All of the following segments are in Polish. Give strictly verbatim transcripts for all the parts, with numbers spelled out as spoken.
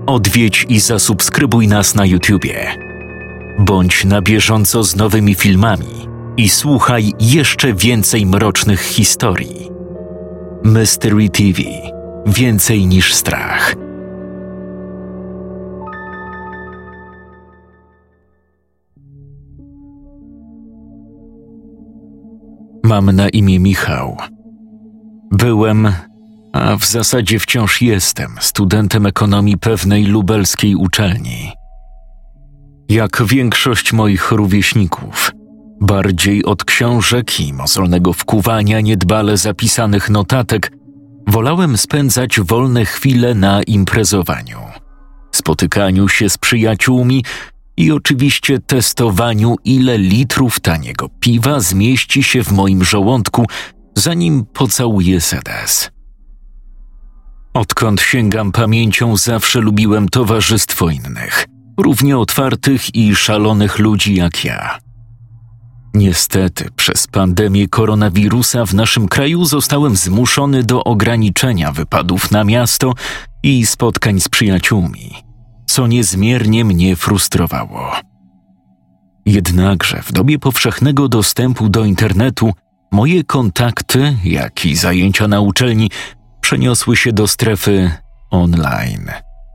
Odwiedź i zasubskrybuj nas na YouTubie. Bądź na bieżąco z nowymi filmami i słuchaj jeszcze więcej mrocznych historii. Mystery T V. Więcej niż strach. Mam na imię Michał. Byłem, a w zasadzie wciąż jestem, studentem ekonomii pewnej lubelskiej uczelni. Jak większość moich rówieśników, bardziej od książek i mozolnego wkuwania niedbale zapisanych notatek, wolałem spędzać wolne chwile na imprezowaniu, spotykaniu się z przyjaciółmi i oczywiście testowaniu, ile litrów taniego piwa zmieści się w moim żołądku, zanim pocałuję sedes. Odkąd sięgam pamięcią, zawsze lubiłem towarzystwo innych, równie otwartych i szalonych ludzi jak ja. Niestety, przez pandemię koronawirusa w naszym kraju zostałem zmuszony do ograniczenia wypadów na miasto i spotkań z przyjaciółmi, co niezmiernie mnie frustrowało. Jednakże w dobie powszechnego dostępu do internetu moje kontakty, jak i zajęcia na uczelni przeniosły się do strefy online.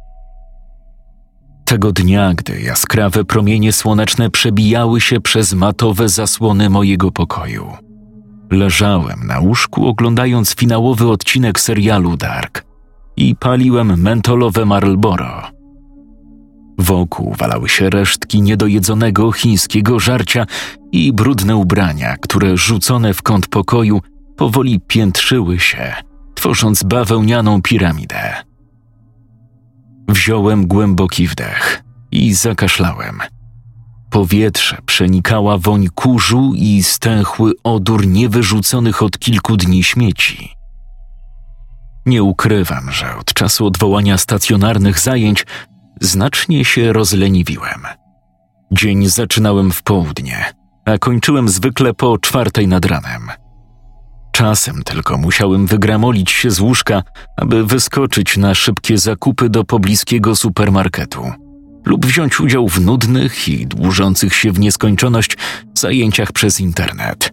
Tego dnia, gdy jaskrawe promienie słoneczne przebijały się przez matowe zasłony mojego pokoju, leżałem na łóżku, oglądając finałowy odcinek serialu Dark i paliłem mentolowe Marlboro. Wokół walały się resztki niedojedzonego chińskiego żarcia i brudne ubrania, które rzucone w kąt pokoju powoli piętrzyły się, tworząc bawełnianą piramidę. Wziąłem głęboki wdech i zakaszlałem. Powietrze przenikała woń kurzu i stęchły odór niewyrzuconych od kilku dni śmieci. Nie ukrywam, że od czasu odwołania stacjonarnych zajęć znacznie się rozleniwiłem. Dzień zaczynałem w południe, a kończyłem zwykle po czwartej nad ranem. Czasem tylko musiałem wygramolić się z łóżka, aby wyskoczyć na szybkie zakupy do pobliskiego supermarketu lub wziąć udział w nudnych i dłużących się w nieskończoność zajęciach przez internet.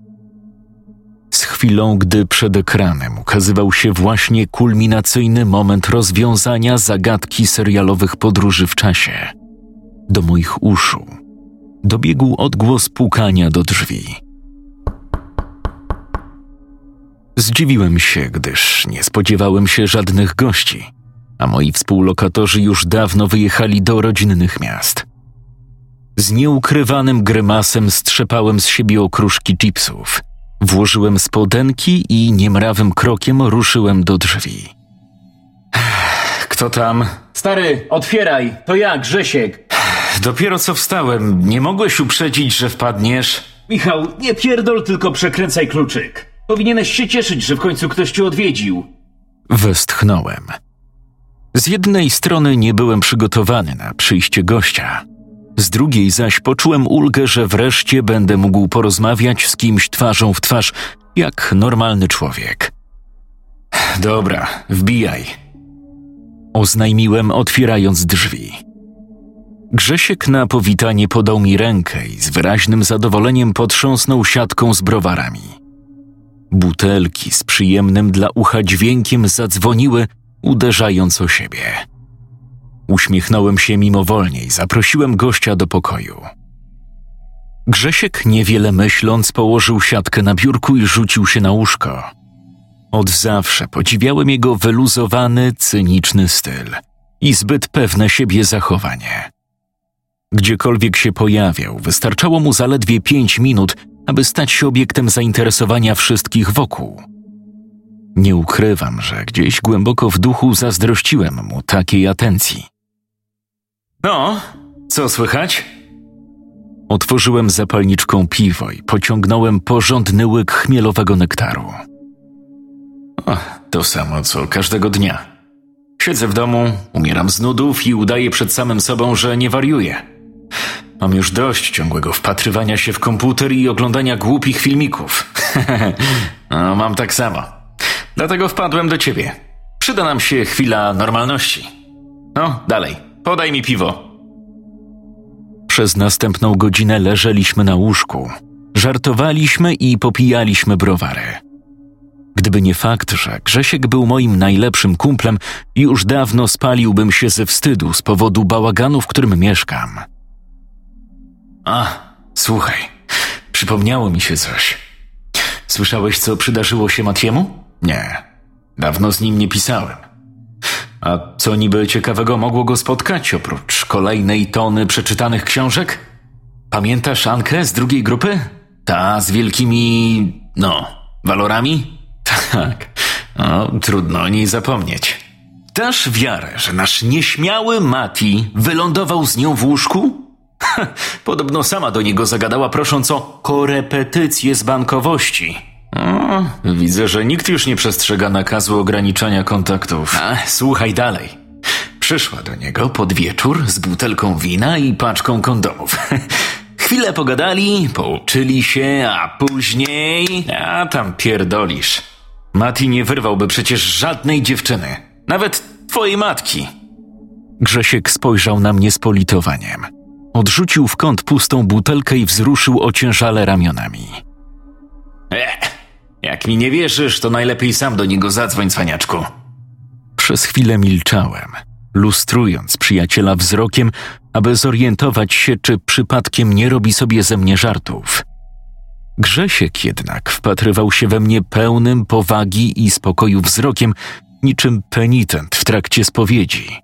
Z chwilą, gdy przed ekranem ukazywał się właśnie kulminacyjny moment rozwiązania zagadki serialowych podróży w czasie, do moich uszu dobiegł odgłos pukania do drzwi. Zdziwiłem się, gdyż nie spodziewałem się żadnych gości, a moi współlokatorzy już dawno wyjechali do rodzinnych miast. Z nieukrywanym grymasem strzepałem z siebie okruszki chipsów, włożyłem spodenki i niemrawym krokiem ruszyłem do drzwi. Kto tam? Stary, otwieraj, to ja, Grzesiek. Dopiero co wstałem, nie mogłeś uprzedzić, że wpadniesz? Michał, nie pierdol, tylko przekręcaj kluczyk. Powinieneś się cieszyć, że w końcu ktoś cię odwiedził. Westchnąłem. Z jednej strony nie byłem przygotowany na przyjście gościa, z drugiej zaś poczułem ulgę, że wreszcie będę mógł porozmawiać z kimś twarzą w twarz, jak normalny człowiek. Dobra, wbijaj. Oznajmiłem, otwierając drzwi. Grzesiek na powitanie podał mi rękę i z wyraźnym zadowoleniem potrząsnął siatką z browarami. Butelki z przyjemnym dla ucha dźwiękiem zadzwoniły, uderzając o siebie. Uśmiechnąłem się mimowolnie i zaprosiłem gościa do pokoju. Grzesiek, niewiele myśląc, położył siatkę na biurku i rzucił się na łóżko. Od zawsze podziwiałem jego wyluzowany, cyniczny styl i zbyt pewne siebie zachowanie. Gdziekolwiek się pojawiał, wystarczało mu zaledwie pięć minut, aby stać się obiektem zainteresowania wszystkich wokół. Nie ukrywam, że gdzieś głęboko w duchu zazdrościłem mu takiej atencji. No, co słychać? Otworzyłem zapalniczką piwo i pociągnąłem porządny łyk chmielowego nektaru. O, to samo co każdego dnia. Siedzę w domu, umieram z nudów i udaję przed samym sobą, że nie wariuję. Mam już dość ciągłego wpatrywania się w komputer i oglądania głupich filmików. No, mam tak samo. Dlatego wpadłem do ciebie. Przyda nam się chwila normalności. No, dalej, podaj mi piwo. Przez następną godzinę leżeliśmy na łóżku, żartowaliśmy i popijaliśmy browary. Gdyby nie fakt, że Grzesiek był moim najlepszym kumplem, już dawno spaliłbym się ze wstydu z powodu bałaganu, w którym mieszkam. A, słuchaj, przypomniało mi się coś. Słyszałeś, co przydarzyło się Matiemu? Nie, dawno z nim nie pisałem. A co niby ciekawego mogło go spotkać, oprócz kolejnej tony przeczytanych książek? Pamiętasz Ankę z drugiej grupy? Ta z wielkimi, no, walorami? Tak, no, trudno o niej zapomnieć. Dasz wiarę, że nasz nieśmiały Mati wylądował z nią w łóżku? Podobno sama do niego zagadała, prosząc o korepetycję z bankowości. O, widzę, że nikt już nie przestrzega nakazu ograniczania kontaktów. A, słuchaj dalej. Przyszła do niego pod wieczór z butelką wina i paczką kondomów. Chwilę pogadali, pouczyli się, a później... A tam pierdolisz. Mati nie wyrwałby przecież żadnej dziewczyny. Nawet twojej matki. Grzesiek spojrzał na mnie z politowaniem. Odrzucił w kąt pustą butelkę i wzruszył ociężale ramionami. Ech, jak mi nie wierzysz, to najlepiej sam do niego zadzwoń, cwaniaczku. Przez chwilę milczałem, lustrując przyjaciela wzrokiem, aby zorientować się, czy przypadkiem nie robi sobie ze mnie żartów. Grzesiek jednak wpatrywał się we mnie pełnym powagi i spokoju wzrokiem, niczym penitent w trakcie spowiedzi.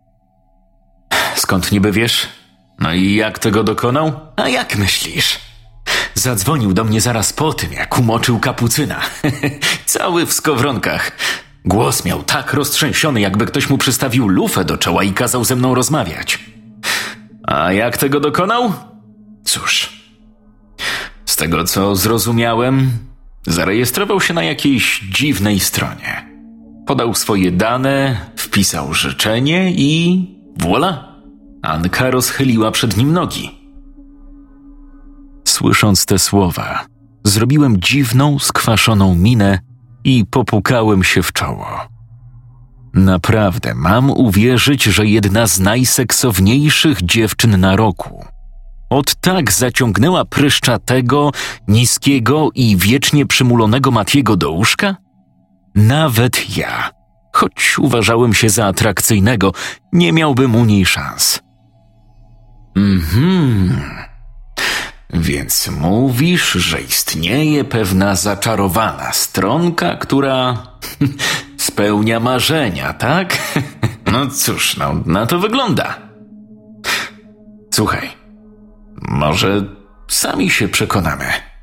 Skąd niby wiesz? No i jak tego dokonał? A jak myślisz? Zadzwonił do mnie zaraz po tym, jak umoczył kapucyna. Cały w skowronkach. Głos miał tak roztrzęsiony, jakby ktoś mu przystawił lufę do czoła i kazał ze mną rozmawiać. A jak tego dokonał? Cóż, z tego co zrozumiałem, zarejestrował się na jakiejś dziwnej stronie. Podał swoje dane, wpisał życzenie i voilà! Anka rozchyliła przed nim nogi. Słysząc te słowa, zrobiłem dziwną, skwaszoną minę i popukałem się w czoło. Naprawdę mam uwierzyć, że jedna z najseksowniejszych dziewczyn na roku od tak zaciągnęła pryszczatego, niskiego i wiecznie przymulonego Matiego do łóżka? Nawet ja, choć uważałem się za atrakcyjnego, nie miałbym u niej szans. Mhm... Więc mówisz, że istnieje pewna zaczarowana stronka, która spełnia marzenia, tak? No cóż, no, na to wygląda. Słuchaj, może sami się przekonamy.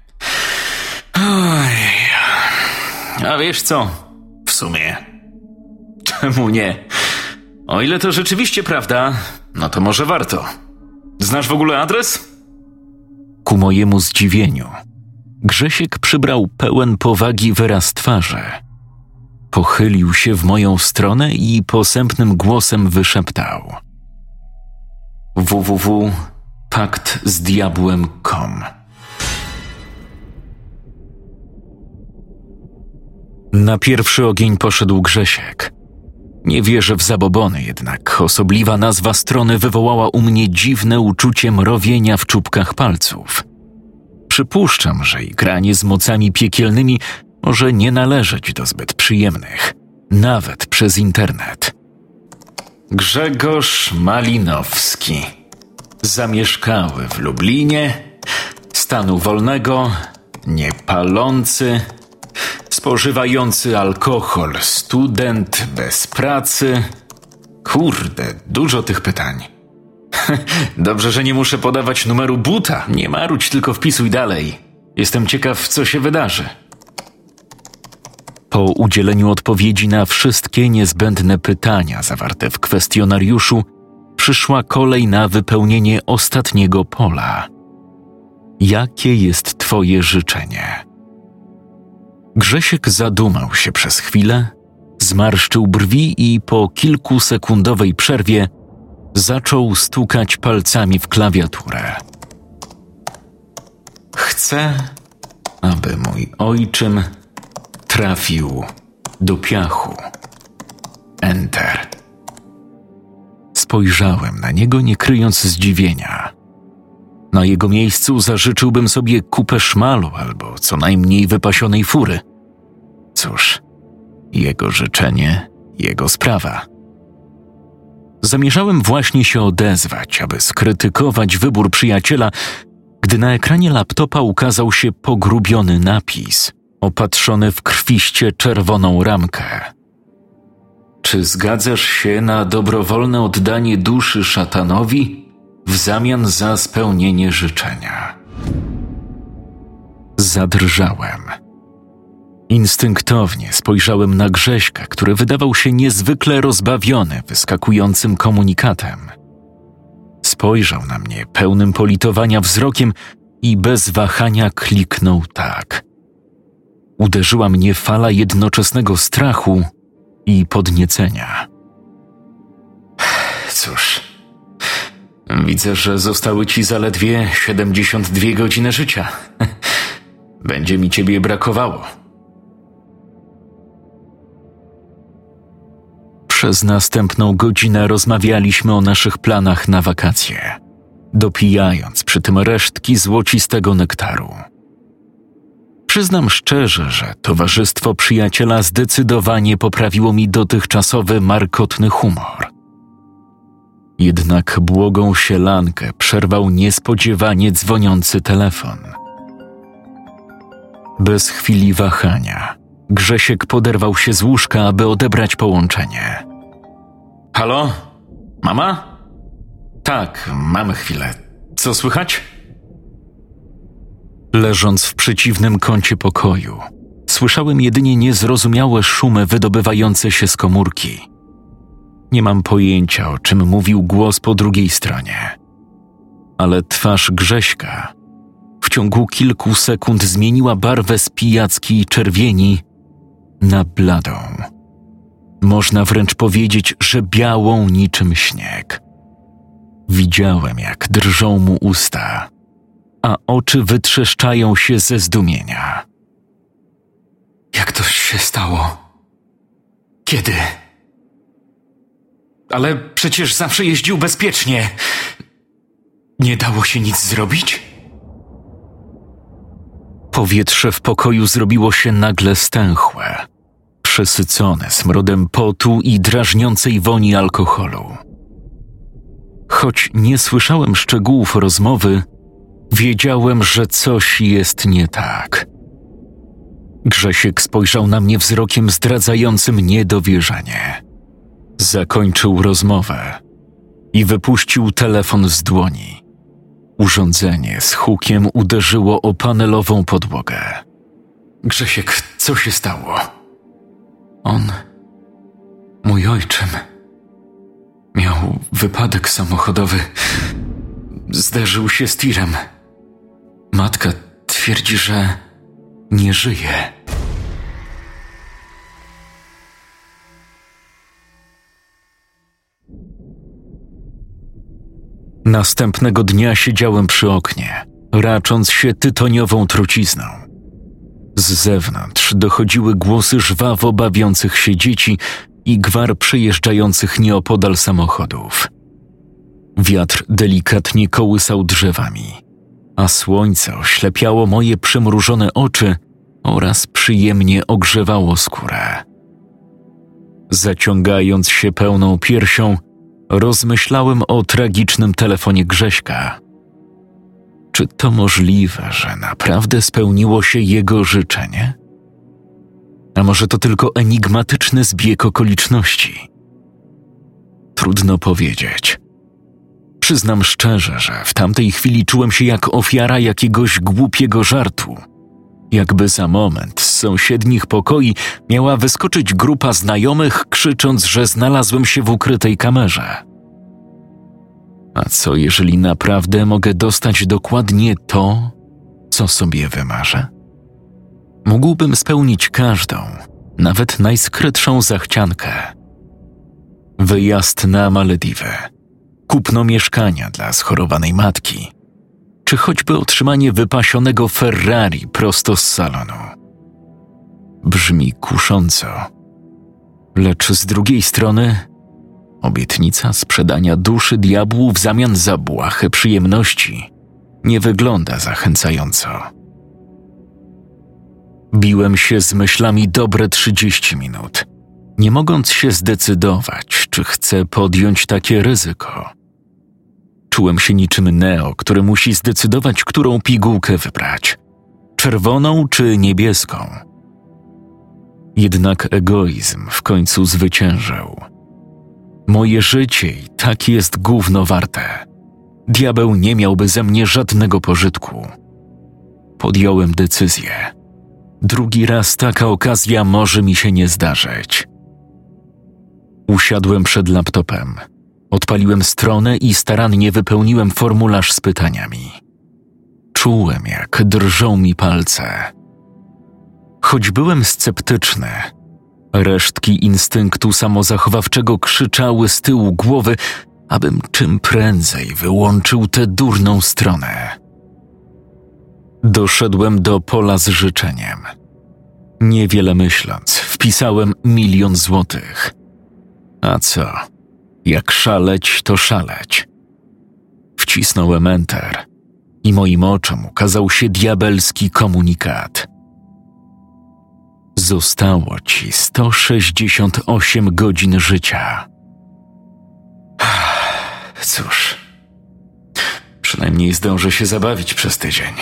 Oj, a wiesz co? W sumie, czemu nie? O ile to rzeczywiście prawda, no to może warto. Znasz w ogóle adres? Ku mojemu zdziwieniu, Grzesiek przybrał pełen powagi wyraz twarzy. Pochylił się w moją stronę i posępnym głosem wyszeptał: w w w kropka pakt z diabłem kropka com. Na pierwszy ogień poszedł Grzesiek. Nie wierzę w zabobony, jednak osobliwa nazwa strony wywołała u mnie dziwne uczucie mrowienia w czubkach palców. Przypuszczam, że granie z mocami piekielnymi może nie należeć do zbyt przyjemnych, nawet przez internet. Grzegorz Malinowski. Zamieszkały w Lublinie, stanu wolnego, niepalący, spożywający alkohol, student bez pracy. Kurde, dużo tych pytań. Dobrze, że nie muszę podawać numeru buta. Nie marudź, tylko wpisuj dalej. Jestem ciekaw, co się wydarzy. Po udzieleniu odpowiedzi na wszystkie niezbędne pytania zawarte w kwestionariuszu, przyszła kolej na wypełnienie ostatniego pola. Jakie jest twoje życzenie? Grzesiek zadumał się przez chwilę, zmarszczył brwi i po kilkusekundowej przerwie zaczął stukać palcami w klawiaturę. Chcę, aby mój ojczym trafił do piachu. Enter. Spojrzałem na niego, nie kryjąc zdziwienia. Na jego miejscu zażyczyłbym sobie kupę szmalu albo co najmniej wypasionej fury. Cóż, jego życzenie, jego sprawa. Zamierzałem właśnie się odezwać, aby skrytykować wybór przyjaciela, gdy na ekranie laptopa ukazał się pogrubiony napis, opatrzony w krwiście czerwoną ramkę. Czy zgadzasz się na dobrowolne oddanie duszy szatanowi w zamian za spełnienie życzenia? Zadrżałem. Instynktownie spojrzałem na Grześka, który wydawał się niezwykle rozbawiony wyskakującym komunikatem. Spojrzał na mnie pełnym politowania wzrokiem i bez wahania kliknął tak. Uderzyła mnie fala jednoczesnego strachu i podniecenia. Cóż, widzę, że zostały ci zaledwie siedemdziesiąt dwie godziny życia. Będzie mi ciebie brakowało. Przez następną godzinę rozmawialiśmy o naszych planach na wakacje, dopijając przy tym resztki złocistego nektaru. Przyznam szczerze, że towarzystwo przyjaciela zdecydowanie poprawiło mi dotychczasowy markotny humor. Jednak błogą sielankę przerwał niespodziewanie dzwoniący telefon. Bez chwili wahania Grzesiek poderwał się z łóżka, aby odebrać połączenie. Halo? Mama? Tak, mamy chwilę. Co słychać? Leżąc w przeciwnym kącie pokoju, słyszałem jedynie niezrozumiałe szumy wydobywające się z komórki. Nie mam pojęcia, o czym mówił głos po drugiej stronie. Ale twarz Grześka w ciągu kilku sekund zmieniła barwę z pijackiej czerwieni na bladą. Można wręcz powiedzieć, że białą niczym śnieg. Widziałem, jak drżą mu usta, a oczy wytrzeszczają się ze zdumienia. Jak to się stało? Kiedy? Ale przecież zawsze jeździł bezpiecznie. Nie dało się nic zrobić? Powietrze w pokoju zrobiło się nagle stęchłe, przesycone smrodem potu i drażniącej woni alkoholu. Choć nie słyszałem szczegółów rozmowy, wiedziałem, że coś jest nie tak. Grzesiek spojrzał na mnie wzrokiem zdradzającym niedowierzanie. Zakończył rozmowę i wypuścił telefon z dłoni. Urządzenie z hukiem uderzyło o panelową podłogę. Grzesiek, co się stało? On, mój ojczym, miał wypadek samochodowy. Zderzył się z tirem. Matka twierdzi, że nie żyje. Następnego dnia siedziałem przy oknie, racząc się tytoniową trucizną. Z zewnątrz dochodziły głosy żwawo bawiących się dzieci i gwar przejeżdżających nieopodal samochodów. Wiatr delikatnie kołysał drzewami, a słońce oślepiało moje przymrużone oczy oraz przyjemnie ogrzewało skórę. Zaciągając się pełną piersią, rozmyślałem o tragicznym telefonie Grześka. Czy to możliwe, że naprawdę spełniło się jego życzenie? A może to tylko enigmatyczny zbieg okoliczności? Trudno powiedzieć. Przyznam szczerze, że w tamtej chwili czułem się jak ofiara jakiegoś głupiego żartu. Jakby za moment z sąsiednich pokoi miała wyskoczyć grupa znajomych, krzycząc, że znalazłem się w ukrytej kamerze. A co jeżeli naprawdę mogę dostać dokładnie to, co sobie wymarzę? Mógłbym spełnić każdą, nawet najskrytszą zachciankę. Wyjazd na Malediwy, kupno mieszkania dla schorowanej matki, czy choćby otrzymanie wypasionego Ferrari prosto z salonu. Brzmi kusząco, lecz z drugiej strony Obietnica sprzedania duszy diabłu w zamian za błahe przyjemności nie wygląda zachęcająco. Biłem się z myślami dobre trzydzieści minut, nie mogąc się zdecydować, czy chcę podjąć takie ryzyko. Czułem się niczym Neo, który musi zdecydować, którą pigułkę wybrać – czerwoną czy niebieską. Jednak egoizm w końcu zwyciężył. Moje życie i tak jest gówno warte. Diabeł nie miałby ze mnie żadnego pożytku. Podjąłem decyzję. Drugi raz taka okazja może mi się nie zdarzyć. Usiadłem przed laptopem. Odpaliłem stronę i starannie wypełniłem formularz z pytaniami. Czułem, jak drżą mi palce. Choć byłem sceptyczny, resztki instynktu samozachowawczego krzyczały z tyłu głowy, abym czym prędzej wyłączył tę durną stronę. Doszedłem do pola z życzeniem. Niewiele myśląc, wpisałem milion złotych. A co? Jak szaleć, to szaleć. Wcisnąłem Enter i moim oczom ukazał się diabelski komunikat. Zostało ci sto sześćdziesiąt osiem godzin życia. Cóż, przynajmniej zdążę się zabawić przez tydzień.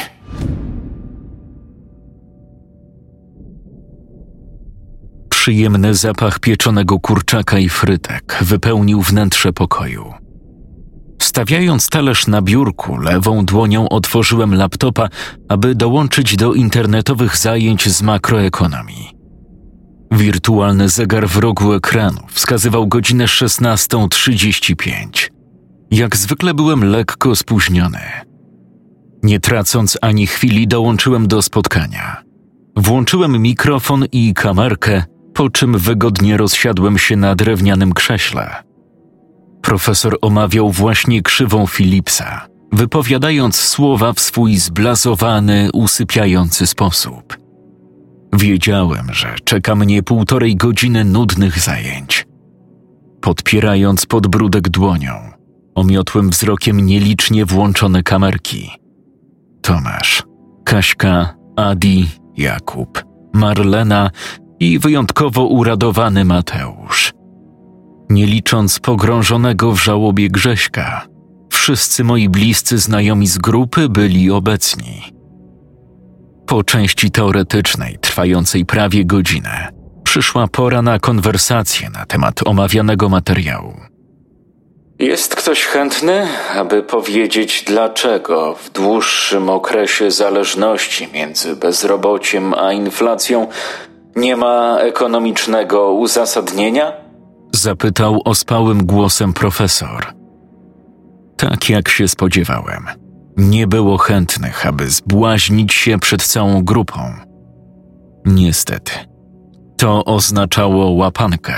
Przyjemny zapach pieczonego kurczaka i frytek wypełnił wnętrze pokoju. Stawiając talerz na biurku, lewą dłonią otworzyłem laptopa, aby dołączyć do internetowych zajęć z makroekonomii. Wirtualny zegar w rogu ekranu wskazywał godzinę szesnastą trzydzieści pięć. Jak zwykle byłem lekko spóźniony. Nie tracąc ani chwili, dołączyłem do spotkania. Włączyłem mikrofon i kamerkę, po czym wygodnie rozsiadłem się na drewnianym krześle. Profesor omawiał właśnie krzywą Phillipsa, wypowiadając słowa w swój zblazowany, usypiający sposób. Wiedziałem, że czeka mnie półtorej godziny nudnych zajęć. Podpierając podbródek dłonią, omiotłem wzrokiem nielicznie włączone kamerki. Tomasz, Kaśka, Adi, Jakub, Marlena i wyjątkowo uradowany Mateusz. Nie licząc pogrążonego w żałobie Grześka, wszyscy moi bliscy znajomi z grupy byli obecni. Po części teoretycznej, trwającej prawie godzinę, przyszła pora na konwersację na temat omawianego materiału. Jest ktoś chętny, aby powiedzieć, dlaczego w dłuższym okresie zależności między bezrobociem a inflacją nie ma ekonomicznego uzasadnienia? Zapytał ospałym głosem profesor. Tak jak się spodziewałem, nie było chętnych, aby zbłaźnić się przed całą grupą. Niestety, to oznaczało łapankę.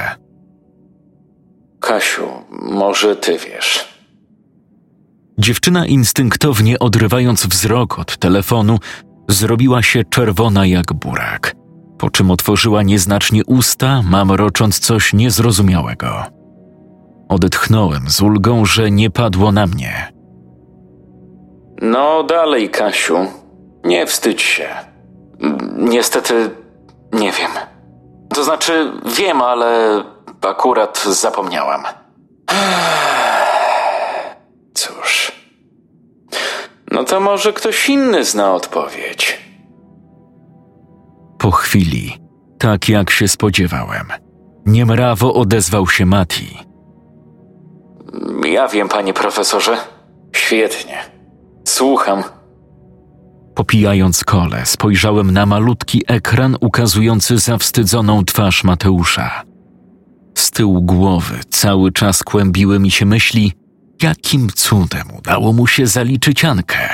Kasiu, może ty wiesz. Dziewczyna instynktownie odrywając wzrok od telefonu, zrobiła się czerwona jak burak, po czym otworzyła nieznacznie usta, mamrocząc coś niezrozumiałego. Odetchnąłem z ulgą, że nie padło na mnie. No dalej, Kasiu, nie wstydź się. Niestety, nie wiem. To znaczy, wiem, ale akurat zapomniałam. Cóż, no to może ktoś inny zna odpowiedź. Po chwili, tak jak się spodziewałem, niemrawo odezwał się Mati. Ja wiem, panie profesorze. Świetnie. Słucham. Popijając kole, spojrzałem na malutki ekran ukazujący zawstydzoną twarz Mateusza. Z tyłu głowy cały czas kłębiły mi się myśli, jakim cudem udało mu się zaliczyć Ankę.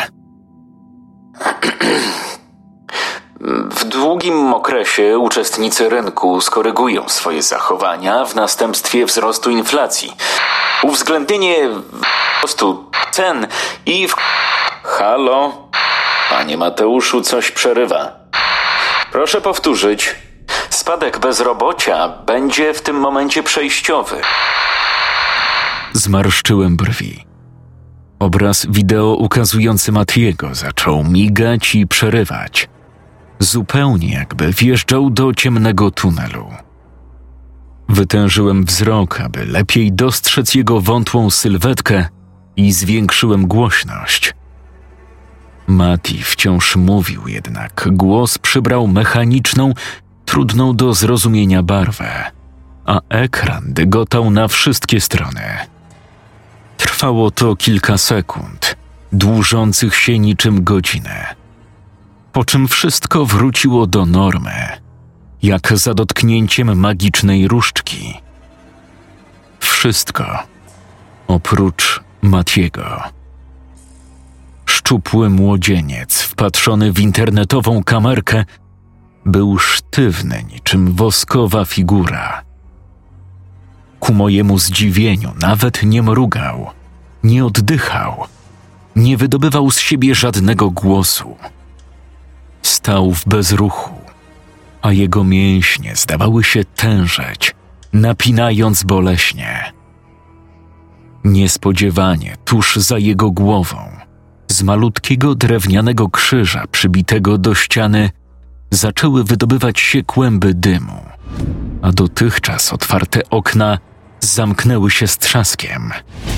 W długim okresie uczestnicy rynku skorygują swoje zachowania w następstwie wzrostu inflacji. Uwzględnienie wzrostu cen i w... Halo? Panie Mateuszu, coś przerywa. Proszę powtórzyć. Spadek bezrobocia będzie w tym momencie przejściowy. Zmarszczyłem brwi. Obraz wideo ukazujący Matiego zaczął migać i przerywać. Zupełnie jakby wjeżdżał do ciemnego tunelu. Wytężyłem wzrok, aby lepiej dostrzec jego wątłą sylwetkę i zwiększyłem głośność. Mati wciąż mówił, jednak głos przybrał mechaniczną, trudną do zrozumienia barwę, a ekran dygotał na wszystkie strony. Trwało to kilka sekund, dłużących się niczym godzinę, po czym wszystko wróciło do normy, jak za dotknięciem magicznej różdżki. Wszystko, oprócz Matiego. Szczupły młodzieniec, wpatrzony w internetową kamerkę, był sztywny niczym woskowa figura. Ku mojemu zdziwieniu nawet nie mrugał, nie oddychał, nie wydobywał z siebie żadnego głosu. Stał w bezruchu, a jego mięśnie zdawały się tężeć, napinając boleśnie. Niespodziewanie tuż za jego głową, z malutkiego drewnianego krzyża przybitego do ściany, zaczęły wydobywać się kłęby dymu, a dotychczas otwarte okna zamknęły się z trzaskiem.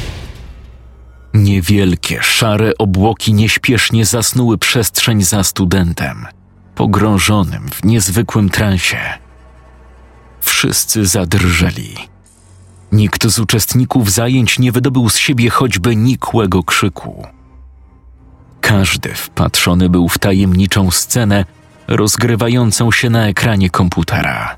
Niewielkie, szare obłoki nieśpiesznie zasnuły przestrzeń za studentem, pogrążonym w niezwykłym transie. Wszyscy zadrżeli. Nikt z uczestników zajęć nie wydobył z siebie choćby nikłego krzyku. Każdy wpatrzony był w tajemniczą scenę rozgrywającą się na ekranie komputera.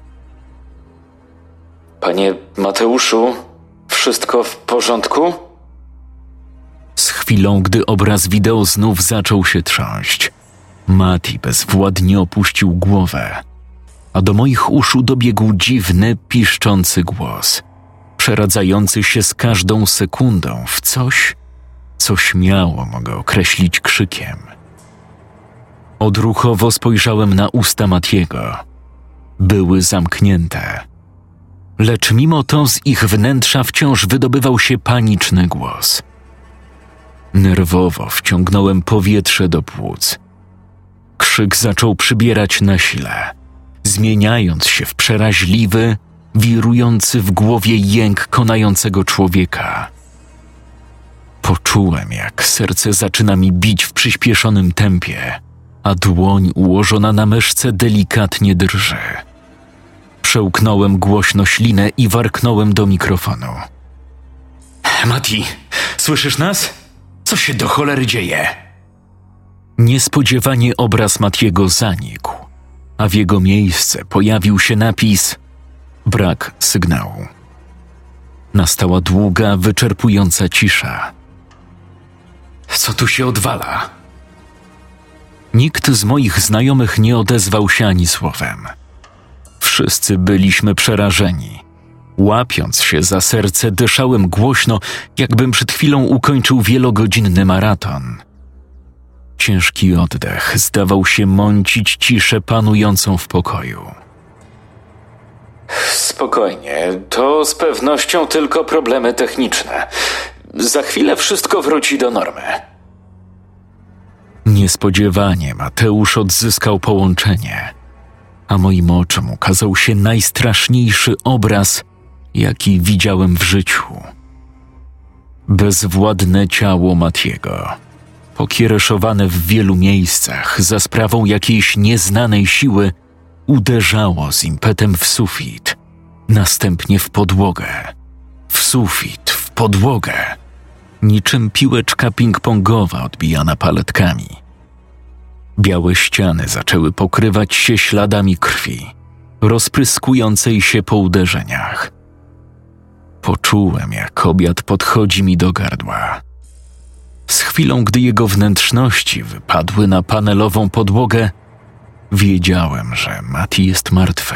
Panie Mateuszu, wszystko w porządku? Z chwilą, gdy obraz wideo znów zaczął się trząść, Mati bezwładnie opuścił głowę, a do moich uszu dobiegł dziwny, piszczący głos, przeradzający się z każdą sekundą w coś, co śmiało mogę określić krzykiem. Odruchowo spojrzałem na usta Matiego. Były zamknięte. Lecz mimo to z ich wnętrza wciąż wydobywał się paniczny głos. Nerwowo wciągnąłem powietrze do płuc. Krzyk zaczął przybierać na sile, zmieniając się w przeraźliwy, wirujący w głowie jęk konającego człowieka. Poczułem, jak serce zaczyna mi bić w przyspieszonym tempie, a dłoń ułożona na myszce delikatnie drży. Przełknąłem głośno ślinę i warknąłem do mikrofonu. Mati, słyszysz nas? Co się do cholery dzieje? Niespodziewanie obraz Matiego zanikł, a w jego miejsce pojawił się napis „Brak sygnału”. Nastała długa, wyczerpująca cisza. Co tu się odwala? Nikt z moich znajomych nie odezwał się ani słowem. Wszyscy byliśmy przerażeni. Łapiąc się za serce, dyszałem głośno, jakbym przed chwilą ukończył wielogodzinny maraton. Ciężki oddech zdawał się mącić ciszę panującą w pokoju. Spokojnie, to z pewnością tylko problemy techniczne. Za chwilę wszystko wróci do normy. Niespodziewanie Mateusz odzyskał połączenie, a moim oczom ukazał się najstraszniejszy obraz, jaki widziałem w życiu. Bezwładne ciało Matiego, pokiereszowane w wielu miejscach za sprawą jakiejś nieznanej siły, uderzało z impetem w sufit, następnie w podłogę, w sufit, w podłogę, niczym piłeczka ping-pongowa odbijana paletkami. Białe ściany zaczęły pokrywać się śladami krwi, rozpryskującej się po uderzeniach. Poczułem, jak obiad podchodzi mi do gardła. Z chwilą, gdy jego wnętrzności wypadły na panelową podłogę, wiedziałem, że Mati jest martwy.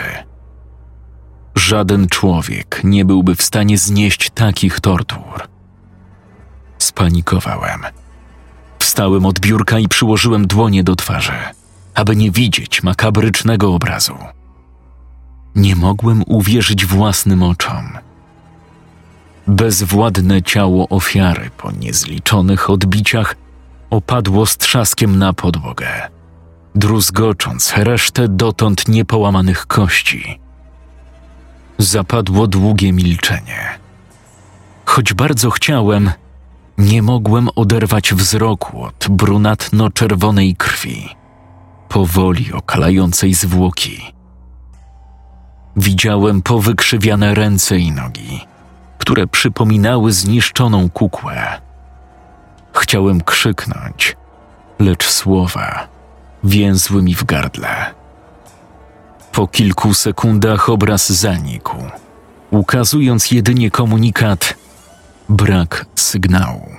Żaden człowiek nie byłby w stanie znieść takich tortur. Spanikowałem. Wstałem od biurka i przyłożyłem dłonie do twarzy, aby nie widzieć makabrycznego obrazu. Nie mogłem uwierzyć własnym oczom. Bezwładne ciało ofiary po niezliczonych odbiciach opadło z trzaskiem na podłogę, druzgocząc resztę dotąd niepołamanych kości. Zapadło długie milczenie. Choć bardzo chciałem, nie mogłem oderwać wzroku od brunatno-czerwonej krwi, powoli okalającej zwłoki. Widziałem powykrzywiane ręce i nogi, które przypominały zniszczoną kukłę. Chciałem krzyknąć, lecz słowa więzły mi w gardle. Po kilku sekundach obraz zanikł, ukazując jedynie komunikat: brak sygnału.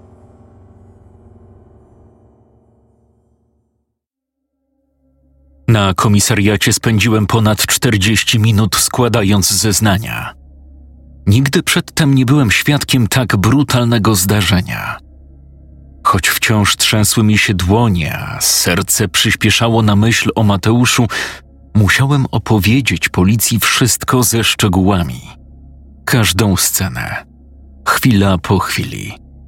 Na komisariacie spędziłem ponad czterdzieści minut składając zeznania. Nigdy przedtem nie byłem świadkiem tak brutalnego zdarzenia. Choć wciąż trzęsły mi się dłonie, a serce przyspieszało na myśl o Mateuszu, musiałem opowiedzieć policji wszystko ze szczegółami. Każdą scenę, chwila po chwili.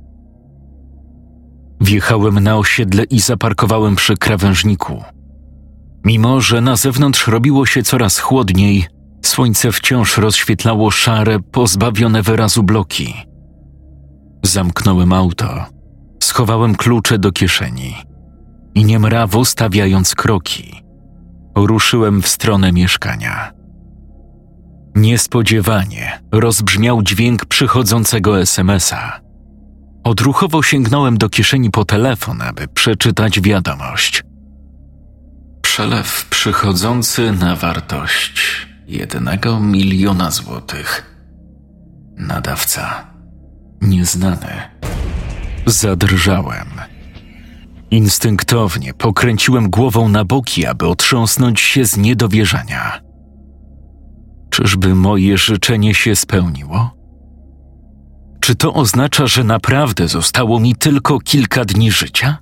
Wjechałem na osiedle i zaparkowałem przy krawężniku. Mimo że na zewnątrz robiło się coraz chłodniej, słońce wciąż rozświetlało szare, pozbawione wyrazu bloki. Zamknąłem auto, schowałem klucze do kieszeni i niemrawo stawiając kroki, ruszyłem w stronę mieszkania. Niespodziewanie rozbrzmiał dźwięk przychodzącego es em es a. Odruchowo sięgnąłem do kieszeni po telefon, aby przeczytać wiadomość. Przelew przychodzący na wartość jednego miliona złotych. Nadawca nieznany. Zadrżałem. Instynktownie pokręciłem głową na boki, aby otrząsnąć się z niedowierzania. Czyżby moje życzenie się spełniło? Czy to oznacza, że naprawdę zostało mi tylko kilka dni życia?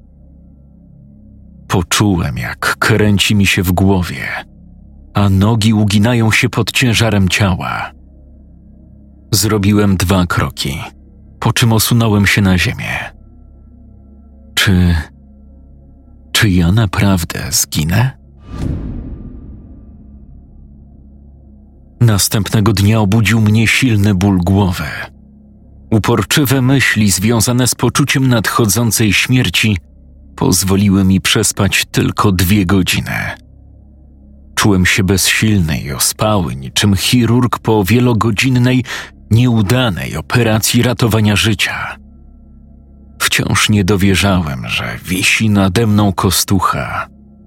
Poczułem, jak kręci mi się w głowie, a nogi uginają się pod ciężarem ciała. Zrobiłem dwa kroki, po czym osunąłem się na ziemię. Czy... czy ja naprawdę zginę? Następnego dnia obudził mnie silny ból głowy. Uporczywe myśli związane z poczuciem nadchodzącej śmierci pozwoliły mi przespać tylko dwie godziny. Czułem się bezsilny i ospały, niczym chirurg po wielogodzinnej, nieudanej operacji ratowania życia. Wciąż nie dowierzałem, że wisi nade mną kostucha.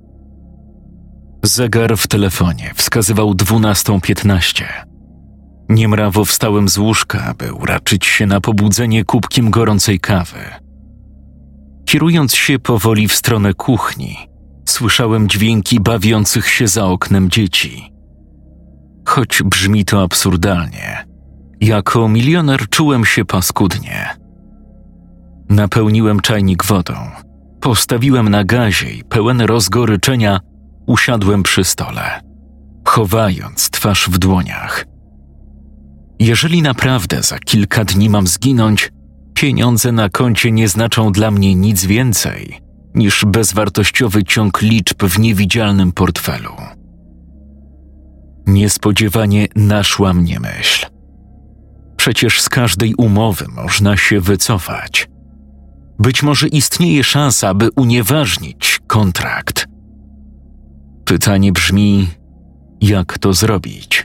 Zegar w telefonie wskazywał dwunastą piętnaście. Niemrawo wstałem z łóżka, aby uraczyć się na pobudzenie kubkiem gorącej kawy. Kierując się powoli w stronę kuchni, słyszałem dźwięki bawiących się za oknem dzieci. Choć brzmi to absurdalnie, jako milioner czułem się paskudnie. Napełniłem czajnik wodą, postawiłem na gazie i pełen rozgoryczenia usiadłem przy stole, chowając twarz w dłoniach. Jeżeli naprawdę za kilka dni mam zginąć, pieniądze na koncie nie znaczą dla mnie nic więcej niż bezwartościowy ciąg liczb w niewidzialnym portfelu. Niespodziewanie naszła mnie myśl. Przecież z każdej umowy można się wycofać. Być może istnieje szansa, by unieważnić kontrakt. Pytanie brzmi, jak to zrobić?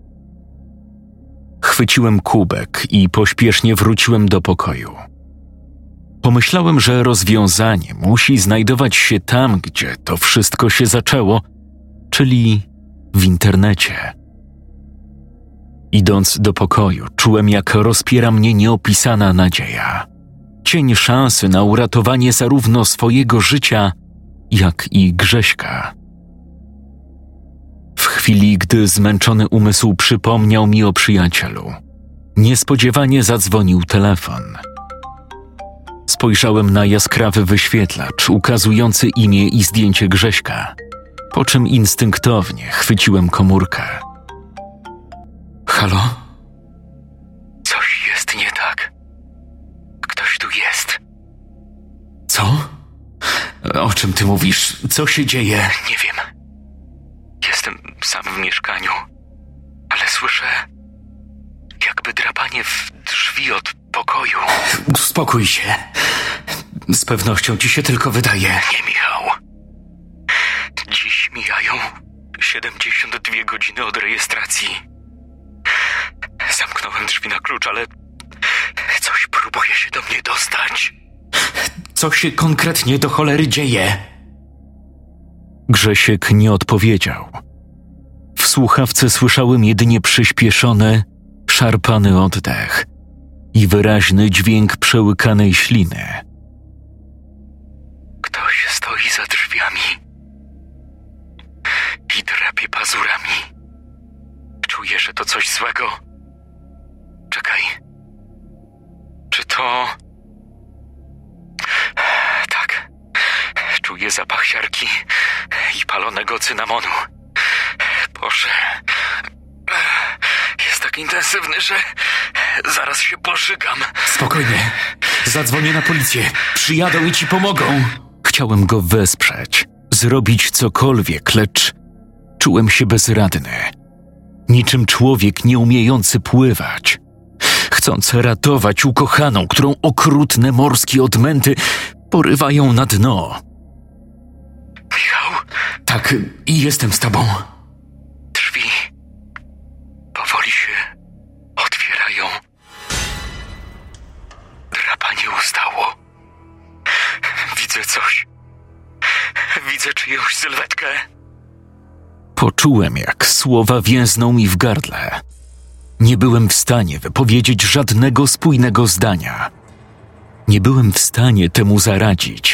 Chwyciłem kubek i pośpiesznie wróciłem do pokoju. Pomyślałem, że rozwiązanie musi znajdować się tam, gdzie to wszystko się zaczęło, czyli w internecie. Idąc do pokoju, czułem, jak rozpiera mnie nieopisana nadzieja. Cień szansy na uratowanie zarówno swojego życia, jak i Grześka. W chwili, gdy zmęczony umysł przypomniał mi o przyjacielu, niespodziewanie zadzwonił telefon. Spojrzałem na jaskrawy wyświetlacz ukazujący imię i zdjęcie Grześka, po czym instynktownie chwyciłem komórkę. Halo? Coś Co? O czym ty mówisz? Co się dzieje? Nie wiem. Jestem sam w mieszkaniu, ale słyszę jakby drapanie w drzwi od pokoju. Uspokój się. Z pewnością ci się tylko wydaje. Nie, Michał. Dziś mijają siedemdziesiąt dwie godziny od rejestracji. Zamknąłem drzwi na klucz, ale coś próbuje się do mnie dostać. Co się konkretnie do cholery dzieje? Grzesiek nie odpowiedział. W słuchawce słyszałem jedynie przyspieszony, szarpany oddech i wyraźny dźwięk przełykanej śliny. Ktoś stoi za drzwiami i drapie pazurami. Czuję, że to coś złego. Czekaj. Czy to... Tak. Czuję zapach siarki i palonego cynamonu. Boże. Jest tak intensywny, że zaraz się pożygam. Spokojnie. Zadzwonię na policję. Przyjadą i ci pomogą. Chciałem go wesprzeć, zrobić cokolwiek, lecz czułem się bezradny. Niczym człowiek nieumiejący pływać. Chcąc ratować ukochaną, którą okrutne morskie odmęty porywają na dno. Michał? Tak, i jestem z tobą. Drzwi powoli się otwierają. Drapanie ustało. Widzę coś. Widzę czyjąś sylwetkę. Poczułem, jak słowa więzną mi w gardle. Nie byłem w stanie wypowiedzieć żadnego spójnego zdania. Nie byłem w stanie temu zaradzić.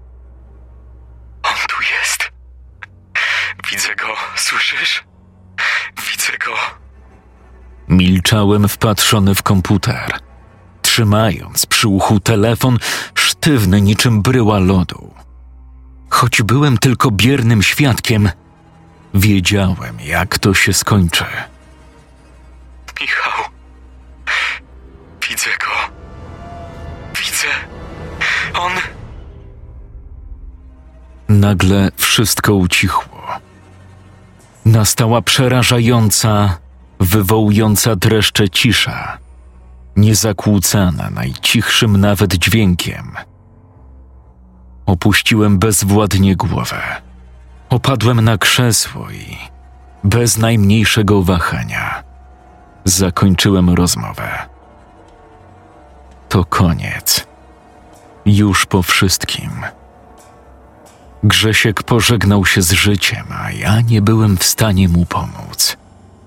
On tu jest. Widzę go, słyszysz? Widzę go. Milczałem wpatrzony w komputer, trzymając przy uchu telefon sztywny niczym bryła lodu. Choć byłem tylko biernym świadkiem, wiedziałem, jak to się skończy. Michał. Widzę go. Widzę. On... Nagle wszystko ucichło. Nastała przerażająca, wywołująca dreszcze cisza, niezakłócana najcichszym nawet dźwiękiem. Opuściłem bezwładnie głowę. Opadłem na krzesło i bez najmniejszego wahania zakończyłem rozmowę. To koniec. Już po wszystkim. Grzesiek pożegnał się z życiem, a ja nie byłem w stanie mu pomóc.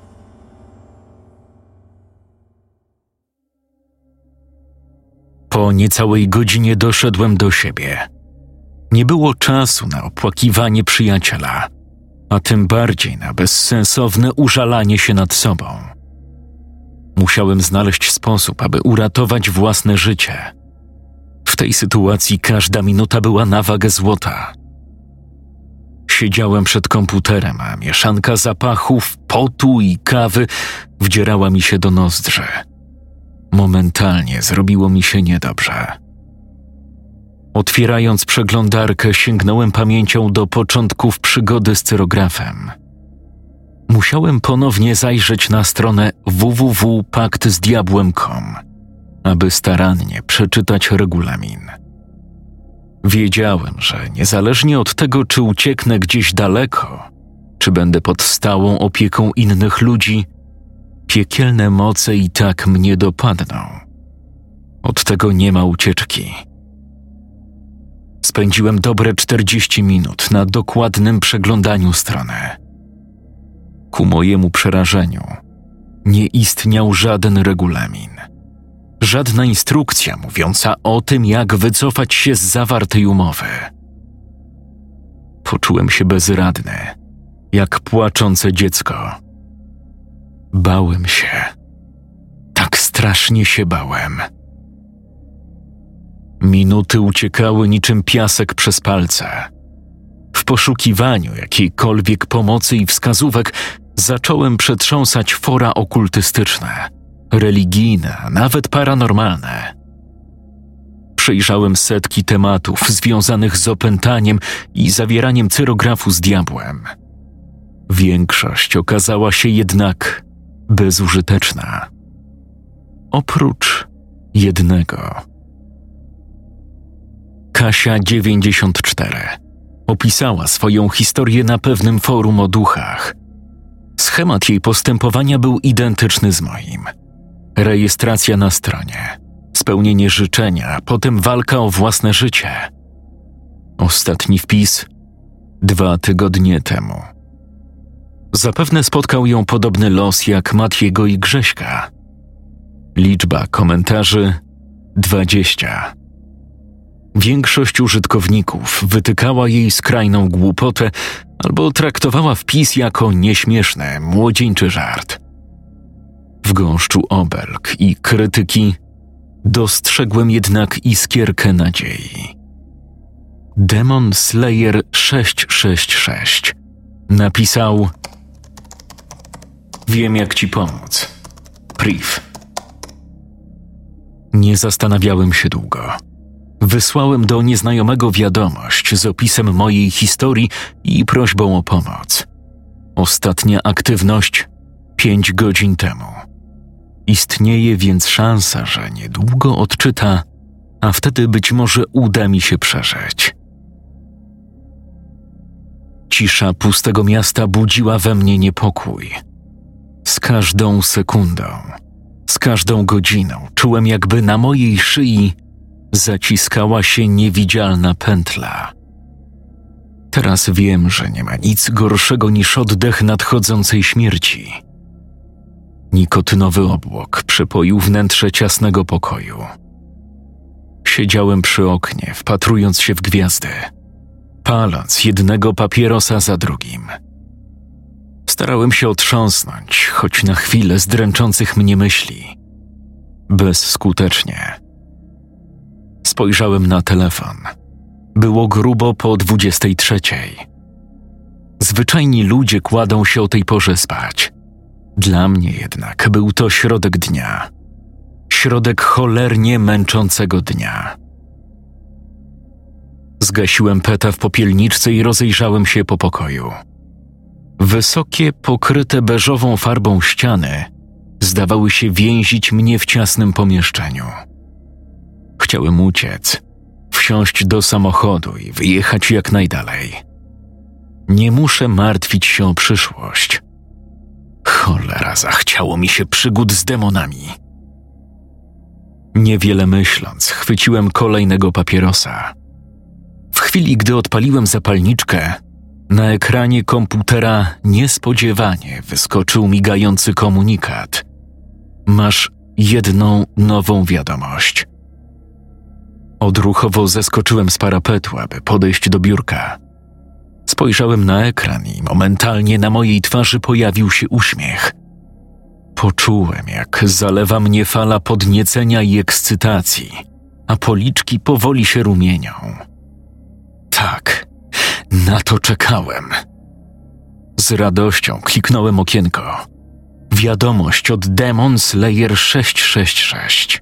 Po niecałej godzinie doszedłem do siebie. Nie było czasu na opłakiwanie przyjaciela, a tym bardziej na bezsensowne użalanie się nad sobą. Musiałem znaleźć sposób, aby uratować własne życie. W tej sytuacji każda minuta była na wagę złota. Siedziałem przed komputerem, a mieszanka zapachów, potu i kawy wdzierała mi się do nozdrzy. Momentalnie zrobiło mi się niedobrze. Otwierając przeglądarkę, sięgnąłem pamięcią do początków przygody z cyrografem. Musiałem ponownie zajrzeć na stronę w w w kropka pakt z diabłem kropka com, aby starannie przeczytać regulamin. Wiedziałem, że niezależnie od tego, czy ucieknę gdzieś daleko, czy będę pod stałą opieką innych ludzi, piekielne moce i tak mnie dopadną. Od tego nie ma ucieczki. Spędziłem dobre czterdzieści minut na dokładnym przeglądaniu strony. Ku mojemu przerażeniu nie istniał żaden regulamin. Żadna instrukcja mówiąca o tym, jak wycofać się z zawartej umowy. Poczułem się bezradny, jak płaczące dziecko. Bałem się. Tak strasznie się bałem. Minuty uciekały niczym piasek przez palce. W poszukiwaniu jakiejkolwiek pomocy i wskazówek zacząłem przetrząsać fora okultystyczne, religijne, a nawet paranormalne. Przejrzałem setki tematów związanych z opętaniem i zawieraniem cyrografu z diabłem. Większość okazała się jednak bezużyteczna. Oprócz jednego. Kasia dziewięćdziesiąt cztery opisała swoją historię na pewnym forum o duchach. Schemat jej postępowania był identyczny z moim. Rejestracja na stronie, spełnienie życzenia, potem walka o własne życie. Ostatni wpis dwa tygodnie temu. Zapewne spotkał ją podobny los jak Matiego i Grześka. Liczba komentarzy dwadzieścia. Większość użytkowników wytykała jej skrajną głupotę albo traktowała wpis jako nieśmieszny, młodzieńczy żart. W gąszczu obelg i krytyki dostrzegłem jednak iskierkę nadziei. Demon Slayer sześć sześć sześć napisał: wiem, jak ci pomóc. Priv. Nie zastanawiałem się długo. Wysłałem do nieznajomego wiadomość z opisem mojej historii i prośbą o pomoc. Ostatnia aktywność pięć godzin temu. Istnieje więc szansa, że niedługo odczyta, a wtedy być może uda mi się przeżyć. Cisza pustego miasta budziła we mnie niepokój. Z każdą sekundą, z każdą godziną czułem, jakby na mojej szyi zaciskała się niewidzialna pętla. Teraz wiem, że nie ma nic gorszego niż oddech nadchodzącej śmierci. Nikotynowy obłok przepoił wnętrze ciasnego pokoju. Siedziałem przy oknie, wpatrując się w gwiazdy, paląc jednego papierosa za drugim. Starałem się otrząsnąć, choć na chwilę z dręczących mnie myśli. Bezskutecznie. Spojrzałem na telefon. Było grubo po dwudziestej trzeciej. Zwyczajni ludzie kładą się o tej porze spać. Dla mnie jednak był to środek dnia. Środek cholernie męczącego dnia. Zgasiłem peta w popielniczce i rozejrzałem się po pokoju. Wysokie, pokryte beżową farbą ściany zdawały się więzić mnie w ciasnym pomieszczeniu. Chciałem uciec, wsiąść do samochodu i wyjechać jak najdalej. Nie muszę martwić się o przyszłość. Cholera, zachciało mi się przygód z demonami. Niewiele myśląc, chwyciłem kolejnego papierosa. W chwili, gdy odpaliłem zapalniczkę, na ekranie komputera niespodziewanie wyskoczył migający komunikat. Masz jedną nową wiadomość. Odruchowo zeskoczyłem z parapetu, aby podejść do biurka. Spojrzałem na ekran i momentalnie na mojej twarzy pojawił się uśmiech. Poczułem, jak zalewa mnie fala podniecenia i ekscytacji, a policzki powoli się rumienią. Tak, na to czekałem. Z radością kliknąłem okienko. Wiadomość od Demon Slayer sześć sześć sześć.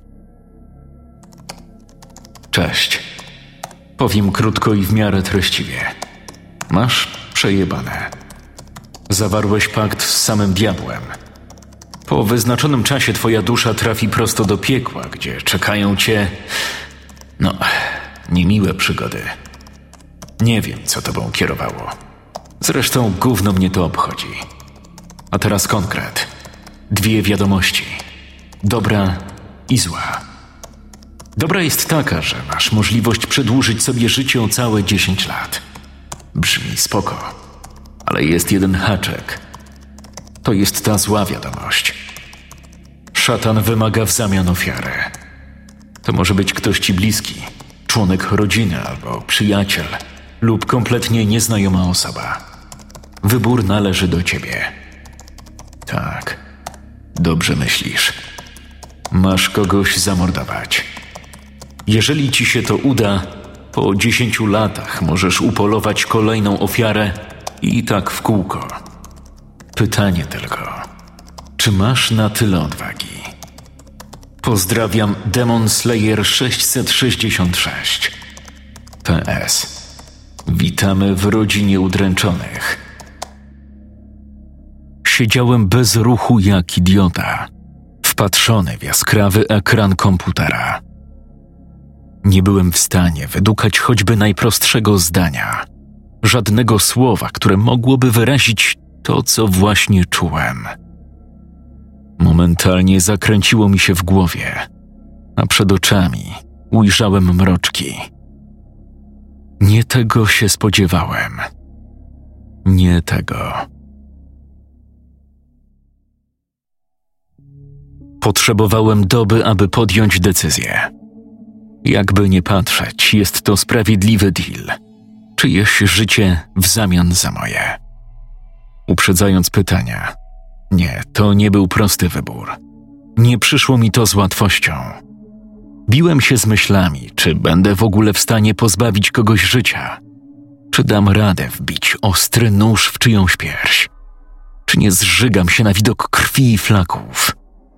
Cześć. Powiem krótko i w miarę treściwie. Masz przejebane. Zawarłeś pakt z samym diabłem. Po wyznaczonym czasie twoja dusza trafi prosto do piekła, gdzie czekają cię, no, niemiłe przygody. Nie wiem, co tobą kierowało. Zresztą gówno mnie to obchodzi. A teraz konkret. Dwie wiadomości. Dobra i zła. Dobra jest taka, że masz możliwość przedłużyć sobie życie o całe dziesięć lat. Brzmi spoko. Ale jest jeden haczek. To jest ta zła wiadomość. Szatan wymaga w zamian ofiary. To może być ktoś ci bliski, członek rodziny albo przyjaciel lub kompletnie nieznajoma osoba. Wybór należy do ciebie. Tak, dobrze myślisz. Masz kogoś zamordować. Jeżeli ci się to uda, po dziesięciu latach możesz upolować kolejną ofiarę i tak w kółko. Pytanie tylko, czy masz na tyle odwagi? Pozdrawiam Demon Slayer sześćset sześćdziesiąt sześć. P S. Witamy w rodzinie udręczonych. Siedziałem bez ruchu jak idiota, wpatrzony w jaskrawy ekran komputera. Nie byłem w stanie wydukać choćby najprostszego zdania, żadnego słowa, które mogłoby wyrazić to, co właśnie czułem. Momentalnie zakręciło mi się w głowie, a przed oczami ujrzałem mroczki. Nie tego się spodziewałem. Nie tego. Potrzebowałem doby, aby podjąć decyzję. Jakby nie patrzeć, jest to sprawiedliwy deal. Czyjeś życie w zamian za moje. Uprzedzając pytania, nie, to nie był prosty wybór. Nie przyszło mi to z łatwością. Biłem się z myślami, czy będę w ogóle w stanie pozbawić kogoś życia. Czy dam radę wbić ostry nóż w czyjąś pierś? Czy nie zżygam się na widok krwi i flaków?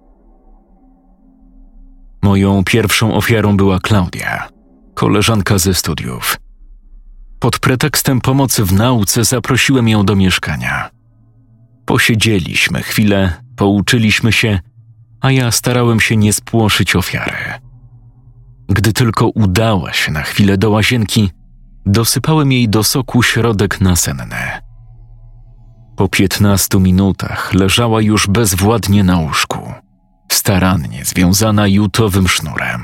Moją pierwszą ofiarą była Klaudia, koleżanka ze studiów. Pod pretekstem pomocy w nauce zaprosiłem ją do mieszkania. Posiedzieliśmy chwilę, pouczyliśmy się, a ja starałem się nie spłoszyć ofiary. Gdy tylko udała się na chwilę do łazienki, dosypałem jej do soku środek nasenny. Po piętnastu minutach leżała już bezwładnie na łóżku, starannie związana jutowym sznurem.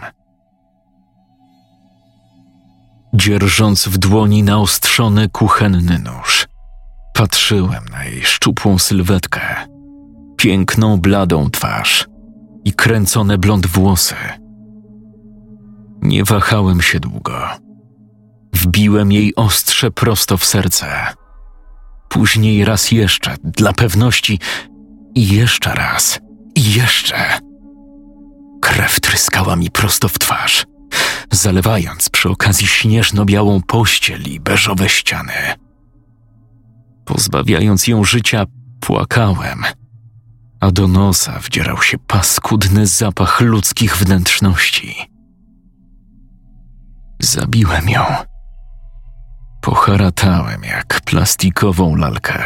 Dzierżąc w dłoni naostrzony kuchenny nóż, patrzyłem na jej szczupłą sylwetkę, piękną bladą twarz i kręcone blond włosy. Nie wahałem się długo. Wbiłem jej ostrze prosto w serce. Później raz jeszcze, dla pewności, i jeszcze raz, i jeszcze. Krew tryskała mi prosto w twarz, zalewając przy okazji śnieżno-białą pościel i beżowe ściany. Pozbawiając ją życia, płakałem, a do nosa wdzierał się paskudny zapach ludzkich wnętrzności. Zabiłem ją. Poharatałem jak plastikową lalkę.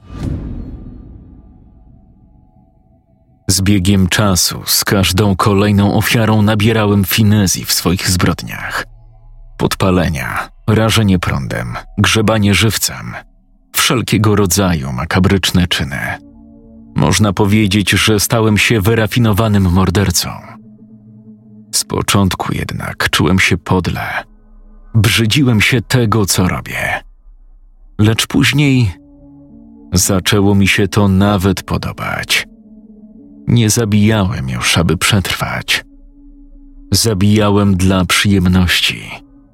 Z biegiem czasu z każdą kolejną ofiarą nabierałem finezji w swoich zbrodniach. Podpalenia, rażenie prądem, grzebanie żywcem, wszelkiego rodzaju makabryczne czyny. Można powiedzieć, że stałem się wyrafinowanym mordercą. Z początku jednak czułem się podle. Brzydziłem się tego, co robię. Lecz później zaczęło mi się to nawet podobać. Nie zabijałem już, aby przetrwać. Zabijałem dla przyjemności.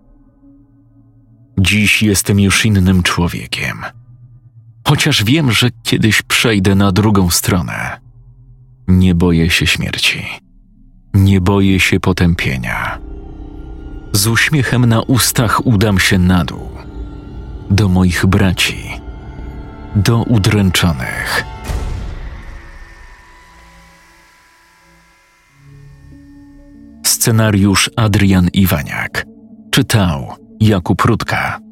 Dziś jestem już innym człowiekiem. Chociaż wiem, że kiedyś przejdę na drugą stronę. Nie boję się śmierci. Nie boję się potępienia. Z uśmiechem na ustach udam się na dół. Do moich braci. Do udręczonych. Scenariusz Adrian Iwaniak. Czytał Jakub Rutka.